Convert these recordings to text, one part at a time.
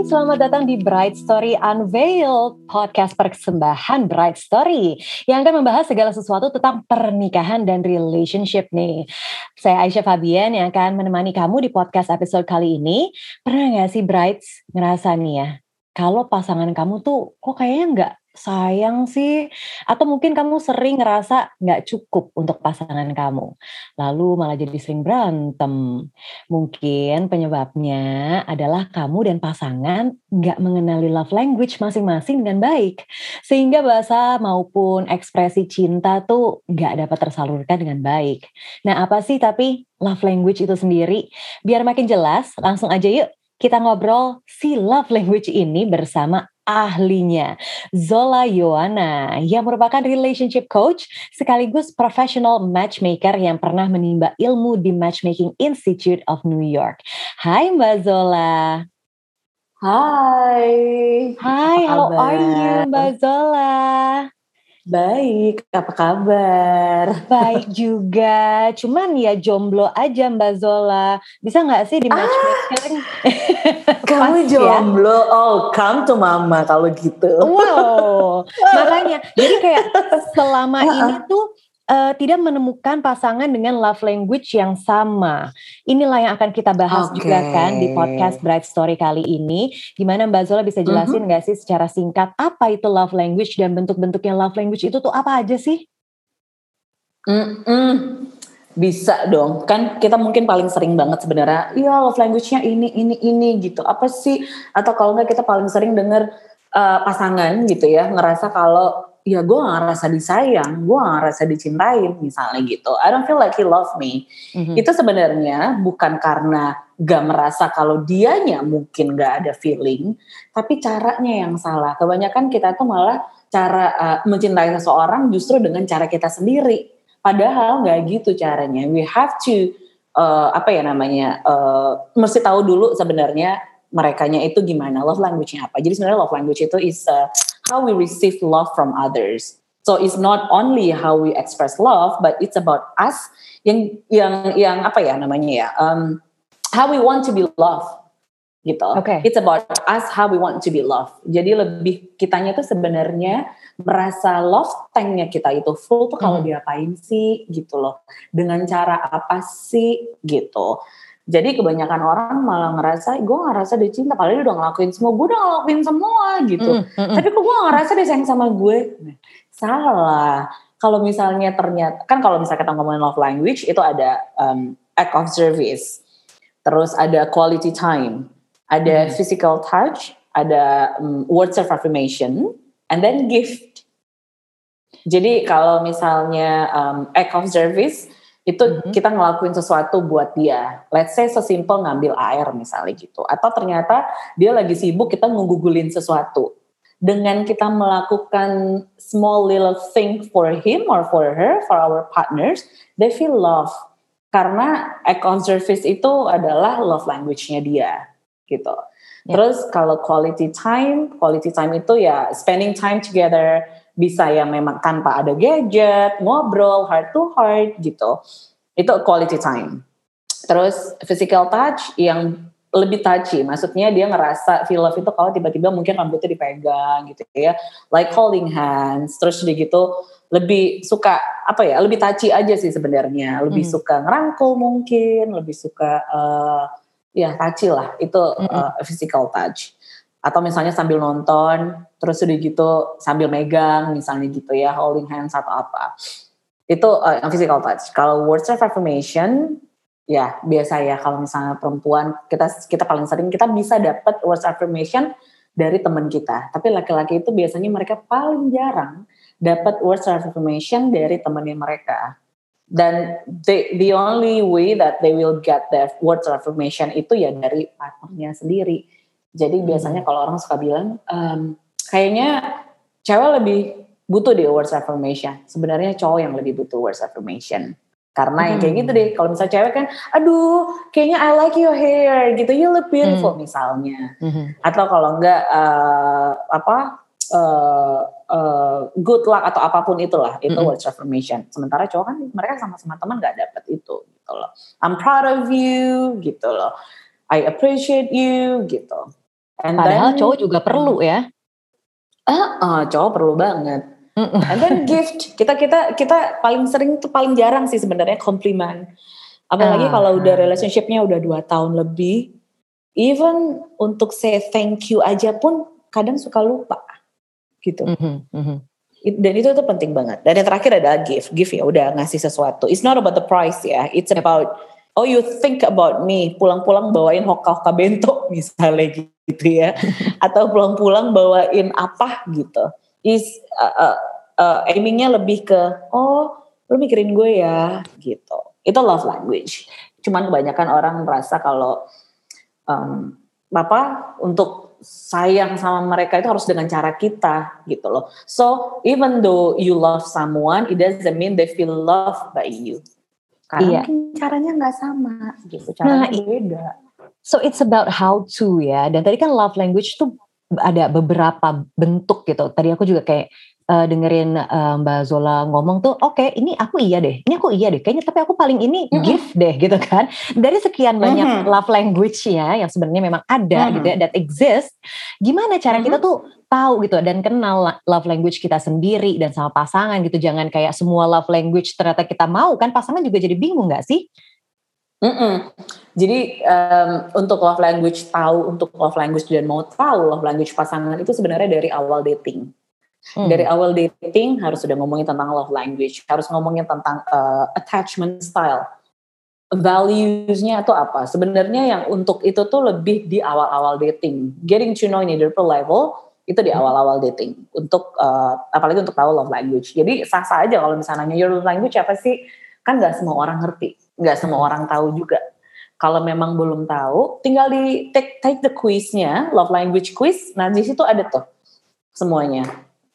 selamat datang di Bright Story Unveiled, podcast persembahan Bright Story yang akan membahas segala sesuatu tentang pernikahan dan relationship nih. Saya Aisyah Fabian yang akan menemani kamu di podcast episode kali ini. Pernah gak sih Bright ngerasa nih ya, kalau pasangan kamu tuh kok kayaknya nggak sayang sih? Atau mungkin kamu sering ngerasa nggak cukup untuk pasangan kamu, lalu malah jadi sering berantem. Mungkin penyebabnya adalah kamu dan pasangan nggak mengenali love language masing-masing dengan baik. Sehingga bahasa maupun ekspresi cinta tuh nggak dapat tersalurkan dengan baik. Nah apa sih tapi love language itu sendiri? Biar makin jelas, langsung aja yuk kita ngobrol si love language ini bersama ahlinya, Zola Yohana, yang merupakan relationship coach sekaligus professional matchmaker yang pernah menimba ilmu di Matchmaking Institute of New York. Hai Mbak Zola. Hai. Hai, how are you Mbak Zola? Baik, apa kabar? Baik juga, cuman ya jomblo aja Mbak Zola. Bisa nggak sih di matchmaking? Kamu jomblo? Ya? Oh, come to mama kalau gitu. Wow, makanya jadi kayak selama ini tuh tidak menemukan pasangan dengan love language yang sama. Inilah yang akan kita bahas juga kan di podcast Bright Story kali ini. Gimana Mbak Zola bisa jelasin nggak sih secara singkat apa itu love language dan bentuk-bentuknya love language itu tuh apa aja sih? Bisa dong, kan kita mungkin paling sering banget sebenarnya, iya love language-nya ini gitu, apa sih? Atau kalau nggak kita paling sering dengar pasangan gitu ya, ngerasa kalau ya gue gak ngerasa disayang, gue gak ngerasa dicintain misalnya gitu. I don't feel like he love me. Itu sebenarnya bukan karena gak merasa kalau dianya mungkin gak ada feeling, tapi caranya yang salah. Kebanyakan kita tuh malah cara mencintai seseorang justru dengan cara kita sendiri. Padahal gak gitu caranya. We have to mesti tahu dulu sebenarnya merekanya itu gimana, love language-nya apa. Jadi sebenarnya love language itu is how we receive love from others. So it's not only how we express love, but it's about us yang how we want to be loved gitu. Okay. It's about us how we want to be loved. Jadi lebih kitanya tuh sebenarnya merasa love tanknya kita itu full tuh kalau diapain sih gitu loh. Dengan cara apa sih gitu. Jadi kebanyakan orang malah ngerasa, gue gak ngerasa dia cinta, padahal dia udah ngelakuin semua, gue udah ngelakuin semua gitu. Tapi kok gue gak ngerasa dia sayang sama gue? Salah. Kalau misalnya ternyata, kan kalau misalnya kita ngomongin love language, itu ada act of service, terus ada quality time, ada physical touch, ada words of affirmation, and then gift. Jadi kalau misalnya act of service, itu kita ngelakuin sesuatu buat dia. Let's say sesimpel ngambil air misalnya gitu. Atau ternyata dia lagi sibuk, kita ngegugulin sesuatu. Dengan kita melakukan small little thing for him or for her, for our partners, they feel love. Karena act of service itu adalah love language-nya dia gitu. Terus kalau quality time itu ya spending time together. Bisa ya memang tanpa ada gadget, ngobrol heart to heart gitu. Itu quality time. Terus physical touch yang lebih touchy, maksudnya dia ngerasa feel love itu kalau tiba-tiba mungkin rambutnya dipegang gitu ya, like holding hands. Terus dia gitu lebih suka lebih touchy aja sih sebenarnya, lebih suka ngerangkul mungkin, lebih suka touchy lah, itu physical touch. Atau misalnya sambil nonton, terus udah gitu sambil megang misalnya gitu ya, holding hands atau apa. Itu physical touch. Kalau words of affirmation, ya biasa ya kalau misalnya perempuan, kita paling sering kita bisa dapat words of affirmation dari teman kita. Tapi laki-laki itu biasanya mereka paling jarang dapat words of affirmation dari temannya mereka. Dan the only way that they will get the words of affirmation itu ya dari partnernya sendiri. Jadi biasanya kalau orang suka bilang, kayaknya cewek lebih butuh deh words affirmation. Sebenarnya cowok yang lebih butuh words affirmation. Karena yang kayak gitu deh, kalau misalnya cewek kan, aduh kayaknya I like your hair gitu, you look beautiful misalnya. Atau kalau enggak, good luck atau apapun itulah, itu words affirmation. Sementara cowok kan mereka sama-sama teman gak dapet itu gitu loh. I'm proud of you gitu loh. I appreciate you gitu. And padahal cowok juga perlu ya. Cowok perlu banget. And then gift, kita paling sering tuh, paling jarang sih sebenarnya komplimen. Apalagi kalau udah relationshipnya udah 2 tahun lebih, even untuk say thank you aja pun kadang suka lupa gitu. Dan itu tuh penting banget. Dan yang terakhir adalah gift ya udah ngasih sesuatu. It's not about the price ya, it's about you think about me, pulang-pulang bawain hoka-hoka bento misalnya gitu ya, atau pulang-pulang bawain apa gitu. Aimingnya lebih ke lu mikirin gue ya gitu. Itu love language. Cuman kebanyakan orang merasa kalau untuk sayang sama mereka itu harus dengan cara kita gitu loh. So even though you love someone, it doesn't mean they feel loved by you. Karena mungkin caranya nggak sama gitu, caranya beda. So it's about how to ya. Dan tadi kan love language tuh ada beberapa bentuk gitu. Tadi aku juga kayak dengerin Mbak Zola ngomong tuh, oke, ini aku iya deh, kayaknya tapi aku paling ini gift deh gitu kan. Dari sekian banyak love language-nya yang sebenarnya memang ada gitu ya, that exist, gimana cara kita tuh tahu gitu dan kenal love language kita sendiri dan sama pasangan gitu. Jangan kayak semua love language ternyata kita mau kan, pasangan juga jadi bingung gak sih? Jadi untuk love language dan mau tahu love language pasangan itu sebenarnya dari awal dating. Dari awal dating harus sudah ngomongin tentang love language, harus ngomongin tentang attachment style, values-nya itu apa. Sebenarnya yang untuk itu tuh lebih di awal-awal dating, getting to know in a deeper level itu di awal-awal dating. Untuk apalagi untuk tahu love language. Jadi sah-sah aja kalau misalnya your love language apa sih? Kan nggak semua orang ngerti, nggak semua orang tahu juga. Kalau memang belum tahu, tinggal di take the quiz-nya, love language quiz. Nah di situ ada tuh semuanya.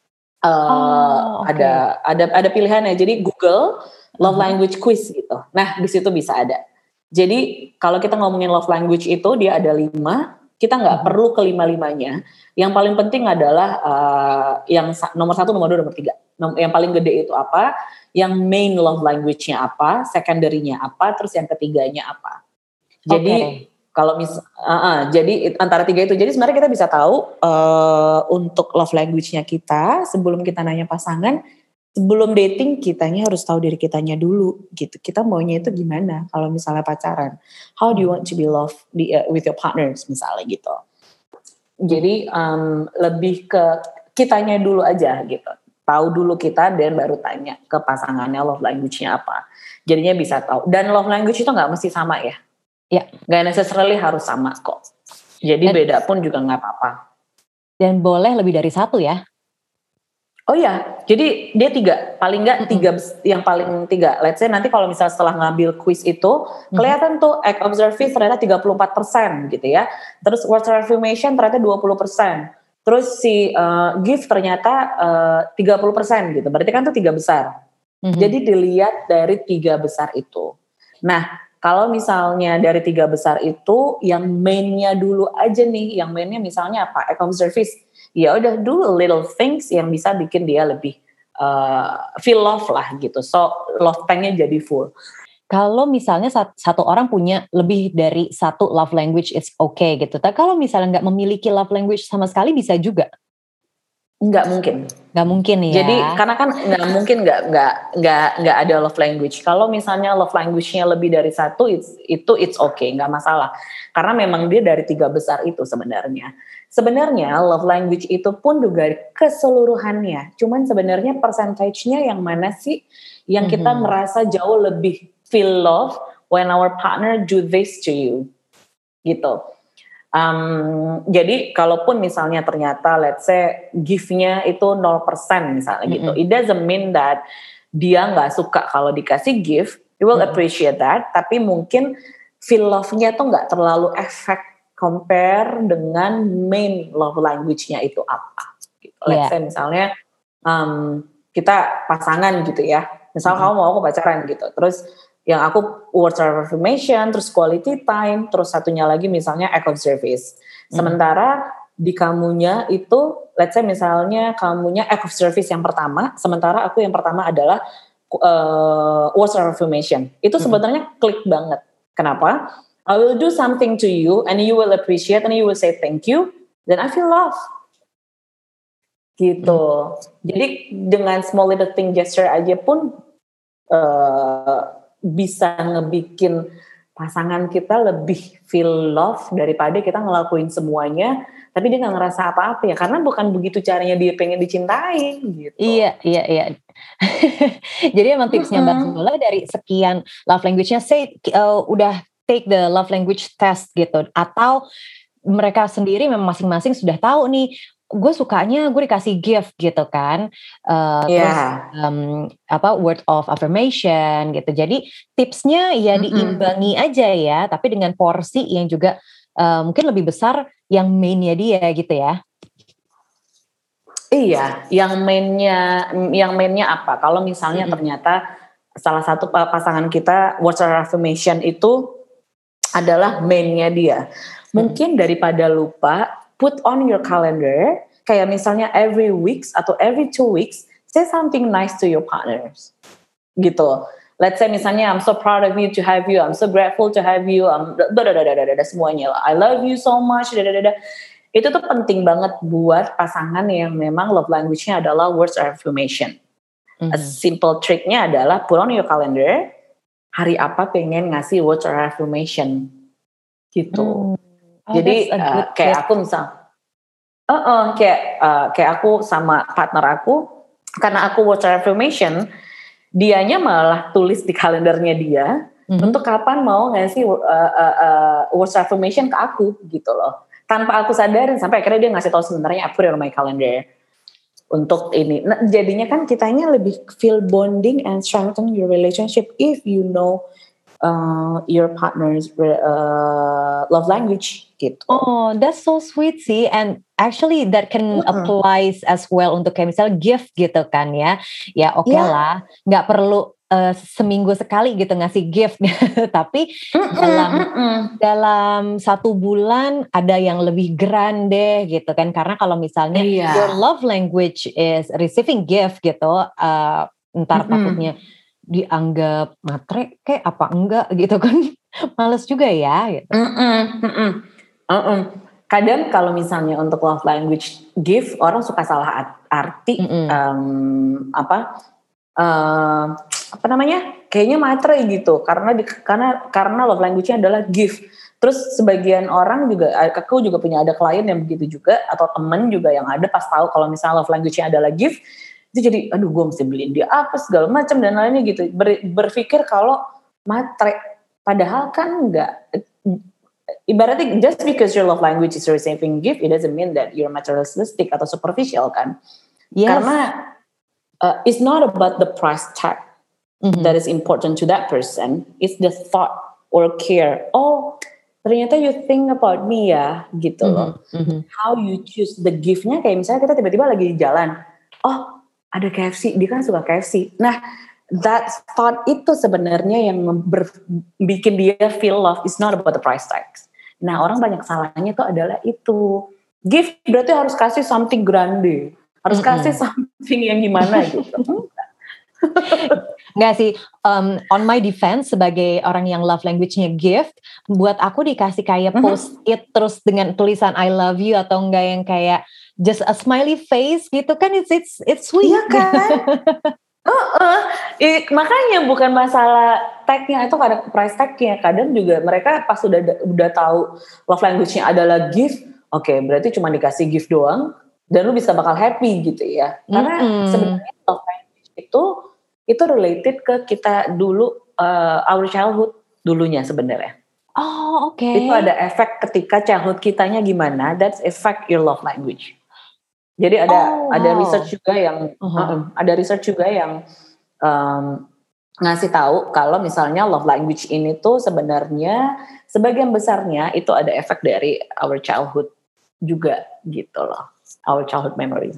Ada pilihannya. Jadi Google love language quiz gitu. Nah di situ bisa ada. Jadi kalau kita ngomongin love language itu dia ada 5. Kita nggak perlu ke 5-5-nya. Yang paling penting adalah yang nomor 1, nomor 2, nomor 3. Yang paling gede itu apa? Yang main love language-nya apa? Secondary-nya apa? Terus yang ketiganya apa? Jadi kalau jadi antara 3 itu, jadi sebenarnya kita bisa tahu untuk love language-nya kita sebelum kita nanya pasangan, sebelum dating kitanya harus tahu diri kitanya dulu gitu. Kita maunya itu gimana kalau misalnya pacaran? How do you want to be loved with your partners misalnya gitu. Jadi lebih ke kitanya dulu aja gitu. Tahu dulu kita dan baru tanya ke pasangannya love language-nya apa. Jadinya bisa tahu. Dan love language itu nggak mesti sama ya. Ya, gak necessarily harus sama kok. Jadi beda pun juga gak apa-apa. Dan boleh lebih dari 1 ya? Oh ya, jadi dia 3, paling gak 3, yang paling 3. Let's say nanti kalau misalnya setelah ngambil quiz itu, kelihatan tuh act of service ternyata 34% gitu ya. Terus words of affirmation ternyata 20%. Terus si gift ternyata 30% gitu. Berarti kan tuh 3 besar. Jadi dilihat dari 3 besar itu. Nah, kalau misalnya dari 3 besar itu, yang mainnya dulu aja nih, yang mainnya misalnya apa? Act of service. Ya udah, do little things yang bisa bikin dia lebih feel love lah gitu. So love tanknya jadi full. Kalau misalnya satu orang punya lebih dari 1 love language, it's okay gitu. Tapi kalau misalnya nggak memiliki love language sama sekali, bisa juga? Nggak mungkin ya. Jadi karena kan nggak mungkin nggak ada love language. Kalau misalnya love language-nya lebih dari 1, it's okay, nggak masalah. Karena memang dia dari 3 besar itu sebenarnya. Sebenarnya love language itu pun juga keseluruhannya. Cuman sebenarnya percentage-nya yang mana sih yang kita merasa jauh lebih feel love when our partner do this to you, gitu. Jadi kalaupun misalnya ternyata let's say gift-nya itu 0% misalnya gitu, it doesn't mean that dia nggak suka kalau dikasih gift. He will appreciate that, tapi mungkin feel love-nya tuh nggak terlalu efek compare dengan main love language-nya itu apa gitu. Let's say misalnya kita pasangan gitu ya, misalnya kamu mau aku pacaran gitu, terus yang aku words of affirmation, terus quality time, terus satunya lagi misalnya act of service. Sementara di kamunya itu, let's say misalnya kamunya act of service yang pertama, sementara aku yang pertama adalah words of affirmation. Itu sebenarnya klik banget. Kenapa? I will do something to you and you will appreciate and you will say thank you. then I feel love. Gitu. Jadi dengan small little thing gesture aja pun bisa ngebikin pasangan kita lebih feel love daripada kita ngelakuin semuanya tapi dia gak ngerasa apa-apa ya, karena bukan begitu caranya dia pengen dicintai gitu. Iya. Jadi emang tipsnya Mbak Zula dari sekian love language-nya, say udah take the love language test gitu, atau mereka sendiri memang masing-masing sudah tahu nih, gue sukanya gue dikasih gift gitu kan, terus word of affirmation gitu. Jadi tipsnya ya diimbangi aja ya, tapi dengan porsi yang juga mungkin lebih besar yang mainnya dia gitu ya. Iya, yang mainnya apa? Kalau misalnya ternyata salah satu pasangan kita words of affirmation itu adalah mainnya dia. Mungkin daripada lupa, put on your calendar, kayak misalnya every weeks atau every 2 weeks, say something nice to your partners. Gitu. Let's say misalnya, I'm so proud of you to have you, I'm so grateful to have you, semuanya. I love you so much, Itu tuh penting banget buat pasangan yang memang love language-nya adalah words of affirmation. A simple trick-nya adalah put on your calendar, hari apa pengen ngasih words of affirmation gitu. Jadi kayak aku misal, kayak aku sama partner aku, karena aku words of affirmation, dianya malah tulis di kalendernya dia untuk kapan mau ngasih words of affirmation ke aku gitu loh. Tanpa aku sadarin sampai akhirnya dia ngasih tahu sebenarnya I put it on my calendar untuk ini. Nah, jadinya kan kitanya lebih feel bonding and strengthen your relationship if you know your partner's love language gitu. Oh, that's so sweet sih, and actually that can applies as well untuk kayak misalnya gift gitu kan ya. Ya oke lah, nggak perlu seminggu sekali gitu ngasih gift, tapi dalam 1 bulan ada yang lebih grande gitu kan, karena kalau misalnya your love language is receiving gift gitu, ntar takutnya dianggap matre kayak apa enggak gitu kan, males juga ya gitu. Kadang kalau misalnya untuk love language gift, orang suka salah arti apa namanya, kayaknya matre gitu karena love language-nya adalah gift. Terus sebagian orang juga, aku juga punya ada klien yang begitu juga, atau temen juga yang ada pas tahu kalau misalnya love language-nya adalah gift, itu jadi aduh gue mesti beliin dia apa segala macam dan lainnya gitu, berpikir kalau matre, padahal kan enggak. Ibaratnya just because your love language is receiving gift, it doesn't mean that you're materialistic atau superficial kan. Karena it's not about the price tag that is important to that person. It's the thought or care. Oh, ternyata you think about me ya, gitu loh. How you choose the gift-nya, kayak misalnya kita tiba-tiba lagi di jalan. Oh, ada KFC, dia kan suka KFC. Nah, that thought itu sebenarnya yang bikin dia feel love. It's not about the price tags. Nah, orang banyak salahnya tuh adalah itu. Gift berarti harus kasih something grande. Harus kasih something yang gimana gitu. Nggak sih, on my defense sebagai orang yang love language-nya gift, buat aku dikasih kayak post-it terus dengan tulisan I love you atau enggak yang kayak just a smiley face gitu kan, it's sweet. Iya kan? Makanya bukan masalah tag-nya atau kadang price tag-nya, kadang juga mereka pas udah tahu love language-nya adalah gift, oke, berarti cuma dikasih gift doang dan lu bisa bakal happy gitu ya. Karena sebenarnya love language itu related ke kita dulu, our childhood dulunya sebenarnya. Oh, oke. Itu ada efek ketika childhood kitanya gimana, that's affect your love language. Jadi ada research juga yang ngasih tahu kalau misalnya love language ini tuh sebenarnya sebagian besarnya itu ada efek dari our childhood juga gitu loh, our childhood memory.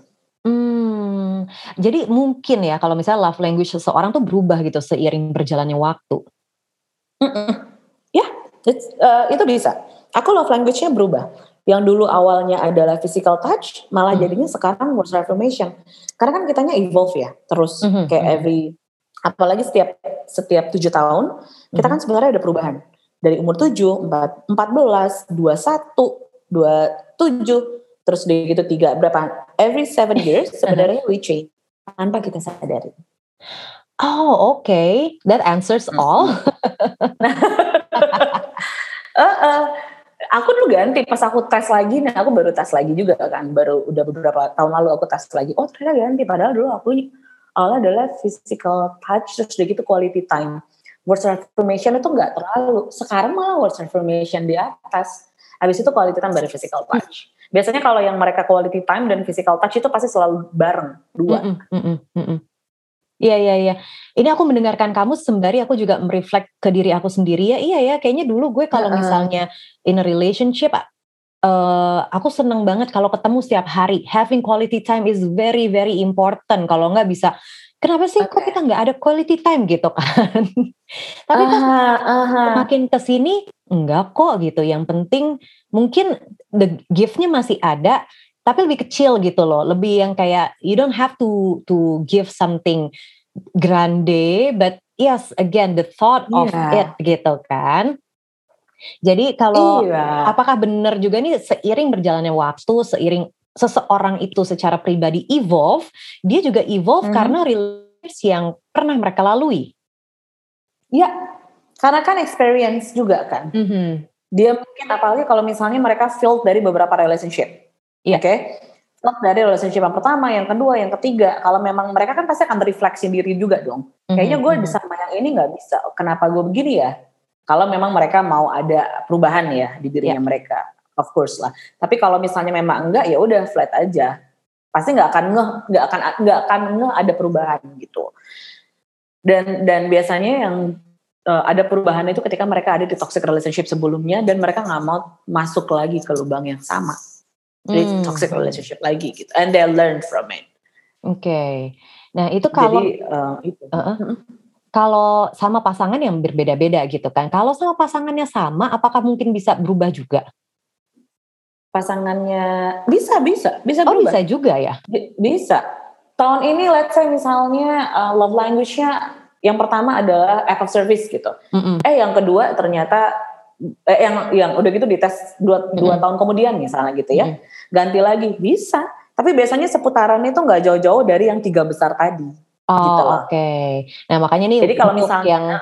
Jadi mungkin ya kalau misalnya love language seseorang tuh berubah gitu seiring berjalannya waktu. Ya, itu bisa. Aku love language-nya berubah. Yang dulu awalnya adalah physical touch, malah jadinya sekarang words of affirmation. Karena kan kitanya evolve ya, terus kayak apalagi setiap 7 tahun, kita kan sebenarnya ada perubahan. Dari umur 7, 14, 21, 27, terus udah gitu 3, berapa? Every 7 years sebenarnya we change tanpa kita sadari. Oh, okay. That answers all. Aku dulu ganti pas aku tes lagi, nah aku baru tes lagi juga kan, baru udah beberapa tahun lalu aku tes lagi. Oh ternyata ganti, padahal dulu aku awalnya adalah physical touch, terus udah gitu quality time. Words of affirmation itu nggak terlalu, sekarang malah words of affirmation di atas. Habis itu quality time baru physical touch. Biasanya kalau yang mereka quality time dan physical touch itu pasti selalu bareng, dua. Iya. Ini aku mendengarkan kamu sembari aku juga mereflect ke diri aku sendiri ya. Iya ya, kayaknya dulu gue kalau misalnya in a relationship, aku seneng banget kalau ketemu setiap hari. Having quality time is very very important. Kalau nggak bisa, kenapa sih kok kita nggak ada quality time gitu kan? Tapi kok semakin kesini enggak kok gitu. Yang penting mungkin the gift-nya masih ada, tapi lebih kecil gitu loh, lebih yang kayak you don't have to give something grande, but yes, again the thought of it gitu kan. Jadi kalau apakah benar juga nih seiring berjalannya waktu, seiring seseorang itu secara pribadi evolve, dia juga evolve karena relationships yang pernah mereka lalui. Ya, karena kan experience juga kan. Dia mungkin apalagi kalau misalnya mereka filled dari beberapa relationship. Oke, dari relationship yang pertama, yang kedua, yang ketiga, kalau memang mereka kan pasti akan berefleksi diri juga dong. Kayaknya gue sama yang ini nggak bisa, kenapa gue begini ya? Kalau memang mereka mau ada perubahan ya di dirinya mereka, of course lah. Tapi kalau misalnya memang enggak, ya udah flat aja. Pasti nggak akan ngeh ada perubahan gitu. Dan biasanya yang ada perubahan itu ketika mereka ada di toxic relationship sebelumnya dan mereka nggak mau masuk lagi ke lubang yang sama. Jadi toxic relationship lagi gitu, and they learn from it. Oke. Nah itu kalau kalau sama pasangan yang berbeda-beda gitu kan. Kalau sama pasangannya sama, apakah mungkin bisa berubah juga? Pasangannya bisa berubah. Bisa juga ya? Bisa. Tahun ini let's say misalnya love language-nya yang pertama adalah act of service gitu. Yang kedua ternyata yang udah gitu dites 2 tahun kemudian misalnya gitu ya. Ganti lagi bisa. Tapi biasanya seputaran itu nggak jauh-jauh dari yang 3 besar tadi. Oh gitu oke. Nah makanya nih jadi kalau misalnya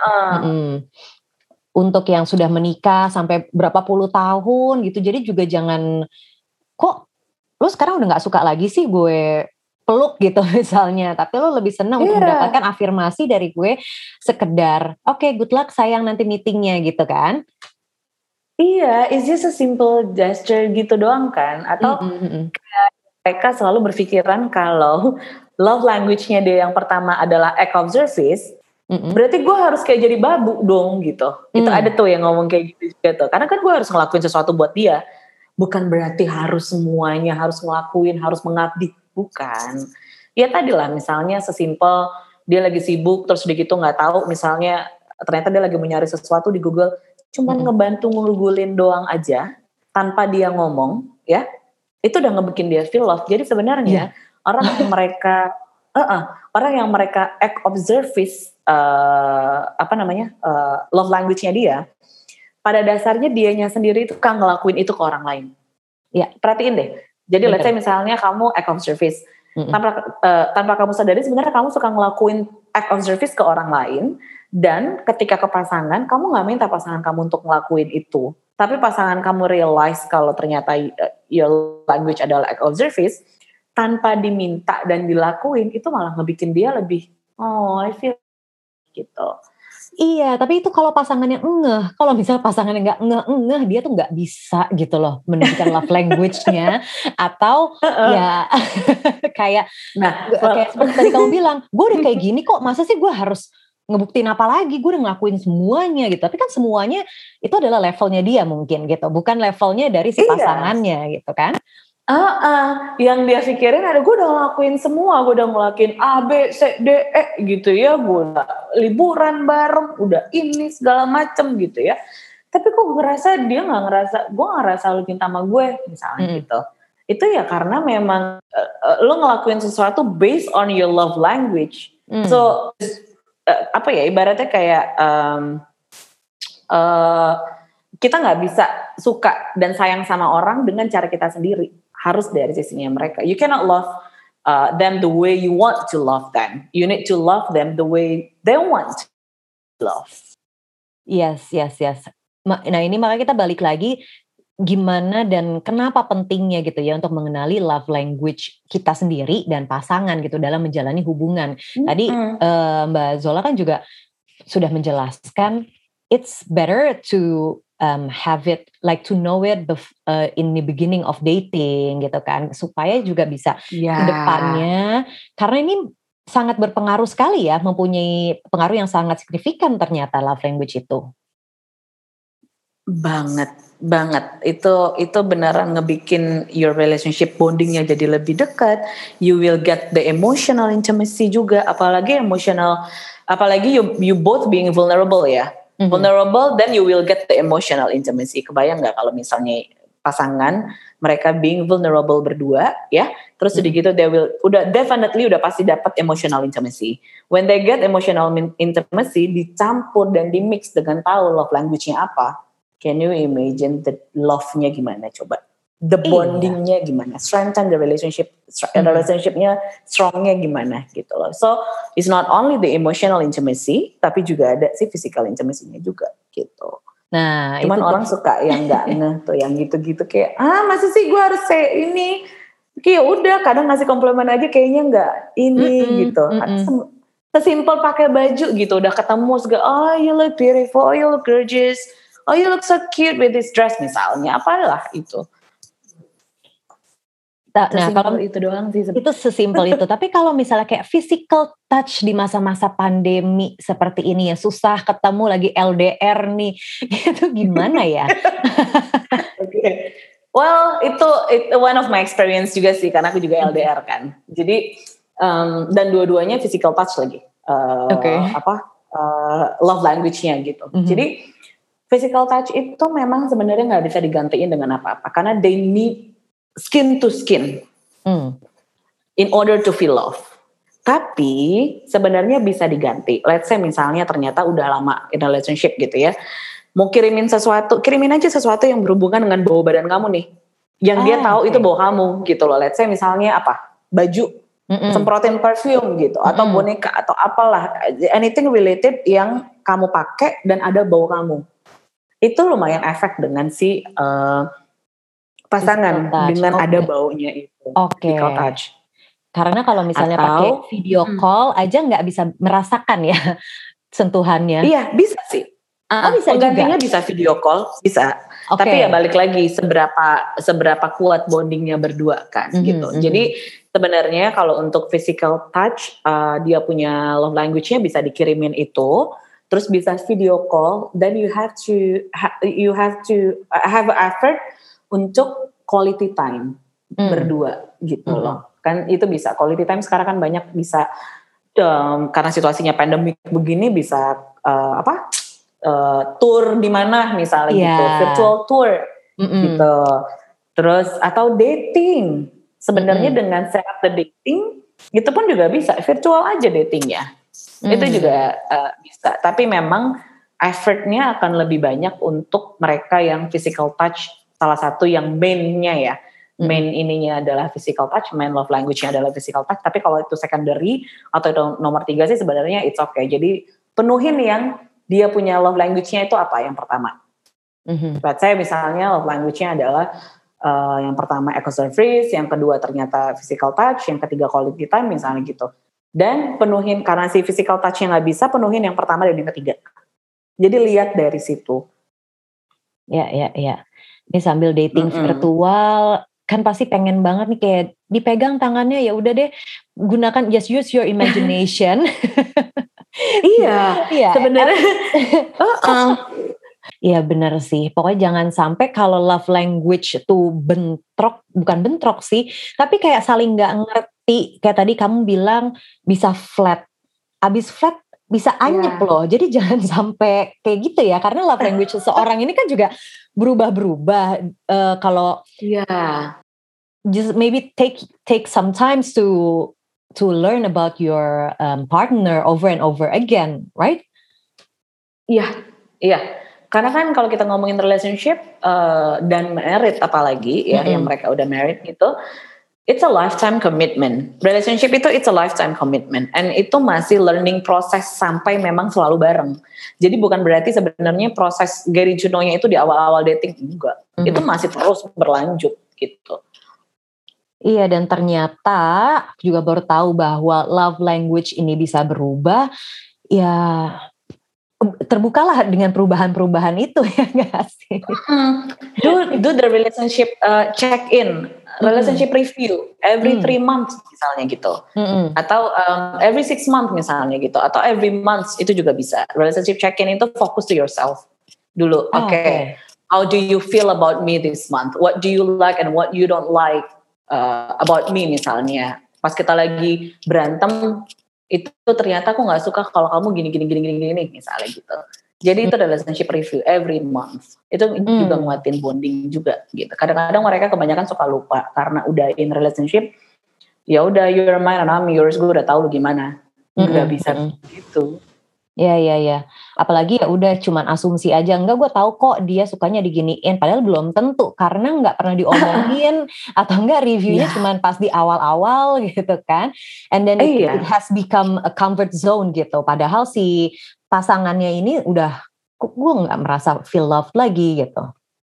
untuk yang sudah menikah sampai berapa puluh tahun gitu, jadi juga jangan kok lo sekarang udah nggak suka lagi sih gue peluk gitu misalnya, tapi lo lebih senang untuk mendapatkan afirmasi dari gue sekedar oke, good luck sayang nanti meetingnya gitu kan. Iya, it's just a simple gesture gitu doang kan. Atau mereka selalu berpikiran kalau love language-nya dia yang pertama adalah act of service, berarti gue harus kayak jadi babu dong gitu. Itu ada tuh yang ngomong kayak gitu juga tuh. Karena kan gue harus ngelakuin sesuatu buat dia. Bukan berarti harus semuanya, harus ngelakuin, harus mengabdi. Bukan. Ya tadi lah misalnya sesimpel dia lagi sibuk terus udah gitu gak tahu misalnya ternyata dia lagi mencari sesuatu di Google, cuman ngebantu ngegulin doang aja tanpa dia ngomong ya, itu udah ngebikin dia feel love. Jadi sebenarnya orang yang mereka act of service love language-nya dia, pada dasarnya dianya sendiri itu kan ngelakuin itu ke orang lain. Ya, perhatiin deh. Jadi let's say misalnya kamu act of service, tanpa kamu sadari sebenarnya kamu suka ngelakuin act of service ke orang lain, dan ketika ke pasangan, kamu gak minta pasangan kamu untuk ngelakuin itu, tapi pasangan kamu realize kalau ternyata your language adalah act of service, tanpa diminta dan dilakuin, itu malah ngebikin dia lebih, I feel gitu. Iya, tapi itu kalau pasangannya ngeh. Kalau misalnya pasangannya nggak ngeh, dia tuh nggak bisa gitu loh menunjukkan love language-nya. Atau ya kayak seperti tadi kamu bilang, gue udah kayak gini kok, masa sih gue harus ngebuktiin apa lagi? Gue udah ngelakuin semuanya gitu. Tapi kan semuanya itu adalah levelnya dia mungkin gitu, bukan levelnya dari si pasangannya gitu kan. Yang dia pikirin ada gue udah ngelakuin semua, gue udah ngelakuin A, B, C, D, E gitu ya, gue udah liburan bareng, udah ini segala macem gitu ya. Tapi kok dia gak ngerasa, gue gak ngerasa lu cinta sama gue misalnya gitu. Itu ya karena memang lo ngelakuin sesuatu based on your love language. So ibaratnya kayak kita gak bisa suka dan sayang sama orang dengan cara kita sendiri. harus dari sisinya mereka. You cannot love them the way you want to love them. You need to love them the way they want to love. Yes. Nah ini makanya kita balik lagi gimana dan kenapa pentingnya gitu ya untuk mengenali love language kita sendiri dan pasangan gitu dalam menjalani hubungan. Tadi Mbak Zola kan juga sudah menjelaskan it's better to have it like to know it in the beginning of dating gitu kan, supaya juga bisa ke depannya, karena ini sangat berpengaruh sekali ya, mempunyai pengaruh yang sangat signifikan ternyata love language itu. Banget itu beneran ngebikin your relationship bondingnya jadi lebih dekat. You will get the emotional intimacy juga, apalagi you both being vulnerable ya. Vulnerable, then you will get the emotional intimacy. Kebayang nggak kalau misalnya pasangan mereka being vulnerable berdua ya, terus udah gitu they will udah pasti dapat emotional intimacy. When they get emotional intimacy dicampur dan di mix dengan tahu love language-nya apa. Can you imagine the love-nya gimana coba? The bonding-nya gimana? Strengthen the relationship-nya strong-nya gimana gitu loh. So, it's not only the emotional intimacy, tapi juga ada si physical intimacy-nya juga gitu. Nah, cuman orang suka yang nggak ngeh tuh, yang gitu-gitu kayak, masa sih gue harus say ini? Kayak udah, kadang ngasih komplimen aja kayaknya nggak ini gitu. Sesimpel pakai baju gitu, udah ketemu segala, oh you look beautiful, oh you look gorgeous, oh you look so cute with this dress misalnya, apalah itu. Nah, kalau itu doang sih. Itu sesimpel itu. Tapi kalau misalnya kayak physical touch di masa-masa pandemi seperti ini ya, susah ketemu lagi LDR nih, itu gimana ya? Okay. Well, itu one of my experience juga sih, karena aku juga LDR kan. Jadi dan dua-duanya physical touch lagi. Love language-nya gitu. Jadi physical touch itu memang sebenarnya nggak bisa digantiin dengan apa-apa, karena they need skin to skin in order to feel love. Tapi sebenarnya bisa diganti. Let's say misalnya ternyata udah lama in a relationship gitu ya, mau kirimin aja sesuatu yang berhubungan dengan bau badan kamu nih, yang dia tahu itu bau kamu gitu loh. Let's say misalnya baju, semprotin perfume gitu, atau boneka atau apalah, anything related yang kamu pakai dan ada bau kamu. Itu lumayan efek dengan si pasangan dengan ada baunya itu. Physical touch. Karena kalau misalnya pakai video call aja nggak bisa merasakan ya sentuhannya. Iya, bisa sih. Bisa penggantinya juga. Bisa video call, bisa. Tapi ya balik lagi seberapa kuat bondingnya berdua kan gitu. Jadi sebenarnya kalau untuk physical touch dia punya love language-nya bisa dikirimin itu, terus bisa video call, then you have to have effort untuk quality time berdua gitu loh. Kan itu bisa quality time sekarang kan banyak bisa karena situasinya pandemik begini bisa tour di mana misalnya gitu, virtual tour gitu. Terus atau dating. Sebenarnya dengan set up the dating itu pun juga bisa virtual aja datingnya. Itu juga bisa. Tapi memang effortnya akan lebih banyak untuk mereka yang physical touch. Salah satu yang mainnya ya, main ininya adalah physical touch, main love language-nya adalah physical touch. Tapi kalau itu secondary atau itu nomor 3 sih sebenarnya it's okay. Jadi penuhin yang dia punya love language-nya itu apa yang pertama. Let's say misalnya love language-nya adalah yang pertama acts of service, yang kedua ternyata physical touch, yang ketiga quality time misalnya gitu. Dan penuhin, karena si physical touch-nya nggak bisa, penuhin yang pertama dan yang ketiga. Jadi lihat dari situ. Ya. Ini sambil dating virtual, kan pasti pengen banget nih kayak dipegang tangannya, ya udah deh gunakan, just use your imagination. Iya, sebenarnya. Iya benar sih, pokoknya jangan sampai kalau love language itu bukan bentrok sih, tapi kayak saling gak ngerti, kayak tadi kamu bilang bisa flat, abis flat bisa anyep loh, jadi jangan sampai kayak gitu ya, karena love language seseorang ini kan juga berubah-berubah, kalau just maybe take some time to learn about your partner over and over again, right? Iya. Karena kan kalau kita ngomongin relationship dan married apalagi ya, yang mereka udah married gitu, it's a lifetime commitment. Relationship itu it's a lifetime commitment, and itu masih learning process sampai memang selalu bareng. Jadi bukan berarti sebenarnya proses Gary Juno-nya itu di awal-awal dating, enggak. Itu masih terus berlanjut gitu. Iya, dan ternyata juga baru tahu bahwa love language ini bisa berubah. Ya, terbukalah dengan perubahan-perubahan itu ya nggak sih? Do the relationship check-in, relationship review every 3 months misalnya gitu, atau every 6 months misalnya gitu, atau every month itu juga bisa. Relationship check-in itu fokus to yourself dulu. Okay. How do you feel about me this month? What do you like and what you don't like about me misalnya. Pas kita lagi berantem itu ternyata aku nggak suka kalau kamu gini misalnya gitu. Jadi itu relationship review every month. Itu juga nguatin bonding juga gitu. Kadang-kadang mereka kebanyakan suka lupa karena udah in relationship. Ya udah, you're mine and I'm yours, gue udah tahu lu gimana. Nggak bisa gitu. Ya. Apalagi ya udah cuman asumsi aja. Enggak, gue tahu kok dia sukanya diginiin. Padahal belum tentu karena nggak pernah diomongin atau enggak reviewnya cuman pas di awal-awal gitu kan. And then it has become a comfort zone gitu. Padahal si pasangannya ini udah, gue nggak merasa feel loved lagi gitu.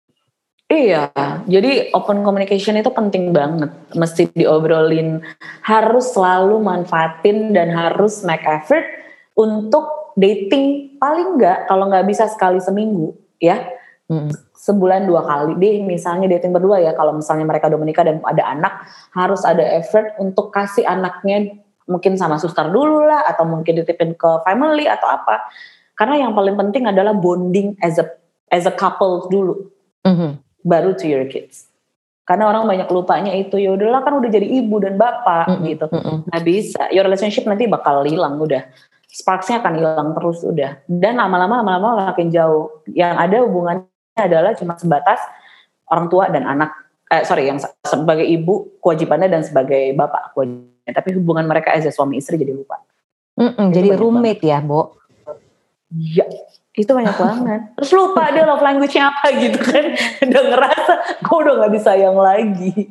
Iya, jadi open communication itu penting banget. Mesti diobrolin, harus selalu manfaatin dan harus make effort untuk dating paling enggak, kalau nggak bisa sekali seminggu ya, sebulan 2 kali deh misalnya dating berdua ya. Kalau misalnya mereka udah menikah dan ada anak, harus ada effort untuk kasih anaknya mungkin sama suster dulu lah, atau mungkin dititipin ke family atau apa. Karena yang paling penting adalah bonding as a couple dulu, baru to your kids. Karena orang banyak lupanya itu, ya udahlah kan udah jadi ibu dan bapak gitu, nggak bisa. Your relationship nanti bakal hilang udah. Sparksnya akan hilang terus udah, dan lama-lama makin jauh. Yang ada hubungannya adalah cuma sebatas orang tua dan anak, yang sebagai ibu kewajibannya dan sebagai bapak kewajibannya, tapi hubungan mereka as a suami istri jadi lupa. Jadi roommate banget. Ya Bo. Iya, itu banyak banget. Terus lupa dia love language-nya apa gitu kan. Udah ngerasa gue udah gak disayang lagi.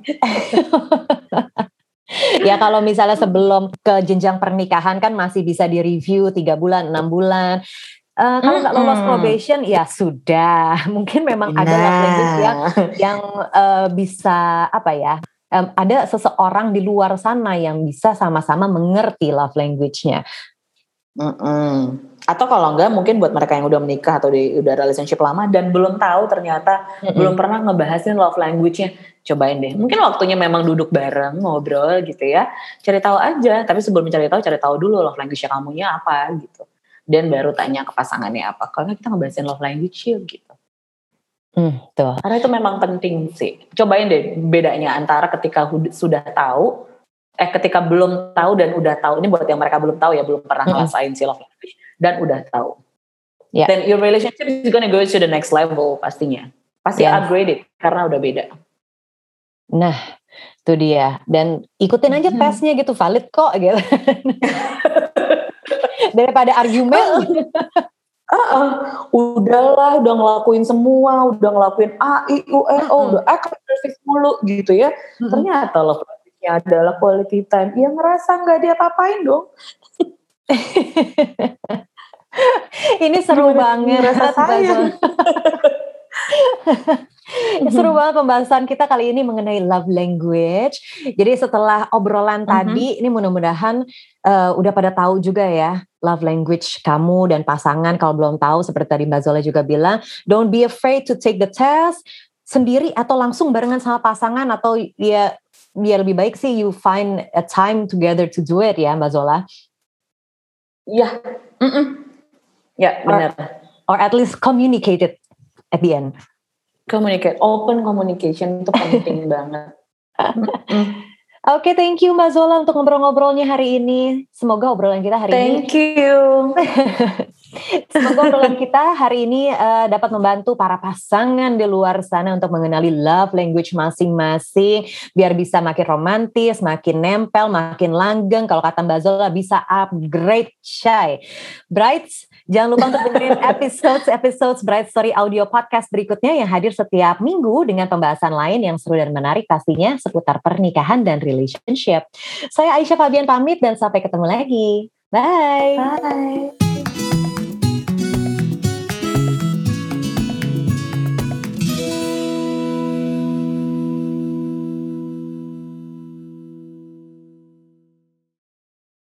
Ya kalau misalnya sebelum ke jenjang pernikahan kan masih bisa di-review 3 bulan, 6 bulan. Kalau nggak lolos probation ya sudah. Mungkin memang ada love language yang bisa ada seseorang di luar sana yang bisa sama-sama mengerti love language-nya. Atau kalau enggak, mungkin buat mereka yang udah menikah atau udah relationship lama dan belum tahu ternyata belum pernah ngebahasin love language-nya, cobain deh. Mungkin waktunya memang duduk bareng ngobrol gitu ya, cari tahu aja. Tapi sebelum cari tahu dulu love language-nya kamunya apa gitu, dan baru tanya ke pasangannya apa. Kalau kita ngebahasin love language yuk gitu. Tuh. Karena itu memang penting sih. Cobain deh bedanya antara ketika sudah tahu, ketika belum tahu dan udah tahu. Ini buat yang mereka belum tahu ya, belum pernah ngerasain si love language dan udah tahu. Then your relationship is gonna go to the next level pastinya. Pasti upgrade it karena udah beda. Nah, itu dia. Dan ikutin aja tesnya gitu, valid kok gitu. Daripada argumen. Udahlah, udah ngelakuin semua, udah ngelakuin A, I, U, E, O, udah aktif mulu gitu ya. Ternyata love language-nya adalah quality time. Ya ngerasa nggak diapa-apain dong. Ini seru banget. Seru banget pembahasan kita kali ini mengenai love language. Jadi setelah obrolan tadi, ini mudah-mudahan udah pada tahu juga ya love language kamu dan pasangan. Kalau belum tahu, seperti tadi Mbak Zola juga bilang, don't be afraid to take the test sendiri atau langsung barengan sama pasangan, atau ya lebih baik sih you find a time together to do it ya Mbak Zola. Ya, ya benar. Or at least communicate it at the end. Open communication itu penting banget. Oke, thank you Mbak Zola untuk ngobrol-ngobrolnya hari ini. Semoga obrolan kita hari ini. Thank you. Semoga obrolan kita hari ini dapat membantu para pasangan di luar sana untuk mengenali love language masing-masing, biar bisa makin romantis, makin nempel, makin langgeng. Kalau kata Mbak Zola bisa upgrade Shy. Brights, jangan lupa untuk dengerin episode Bright Story audio podcast berikutnya yang hadir setiap minggu dengan pembahasan lain yang seru dan menarik pastinya seputar pernikahan dan relationship. Saya Aisyah Fabian pamit dan sampai ketemu lagi. Bye. Bye.